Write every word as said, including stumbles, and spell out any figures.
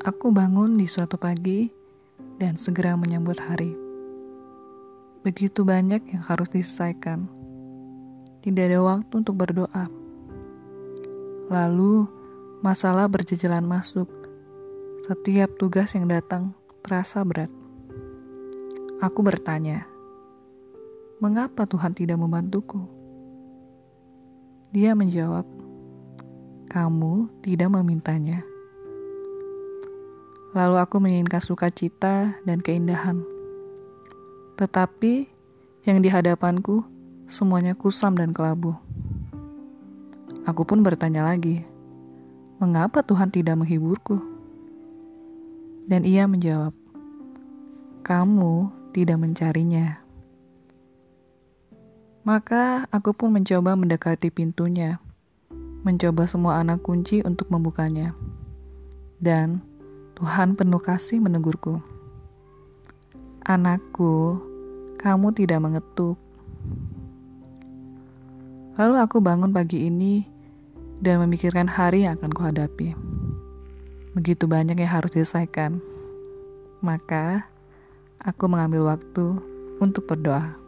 Aku bangun di suatu pagi dan segera menyambut hari. Begitu banyak yang harus diselesaikan. Tidak ada waktu untuk berdoa. Lalu, masalah berjejeran masuk. Setiap tugas yang datang terasa berat. Aku bertanya, mengapa Tuhan tidak membantuku? Dia menjawab, kamu tidak memintanya. Lalu aku menginginkan sukacita dan keindahan. Tetapi yang di hadapanku semuanya kusam dan kelabu. Aku pun bertanya lagi, mengapa Tuhan tidak menghiburku? Dan ia menjawab, kamu tidak mencarinya. Maka aku pun mencoba mendekati pintunya, mencoba semua anak kunci untuk membukanya. Dan Tuhan penuh kasih menegurku. Anakku, kamu tidak mengetuk. Lalu aku bangun pagi ini dan memikirkan hari yang akan kuhadapi. Begitu banyak yang harus diselesaikan. Maka aku mengambil waktu untuk berdoa.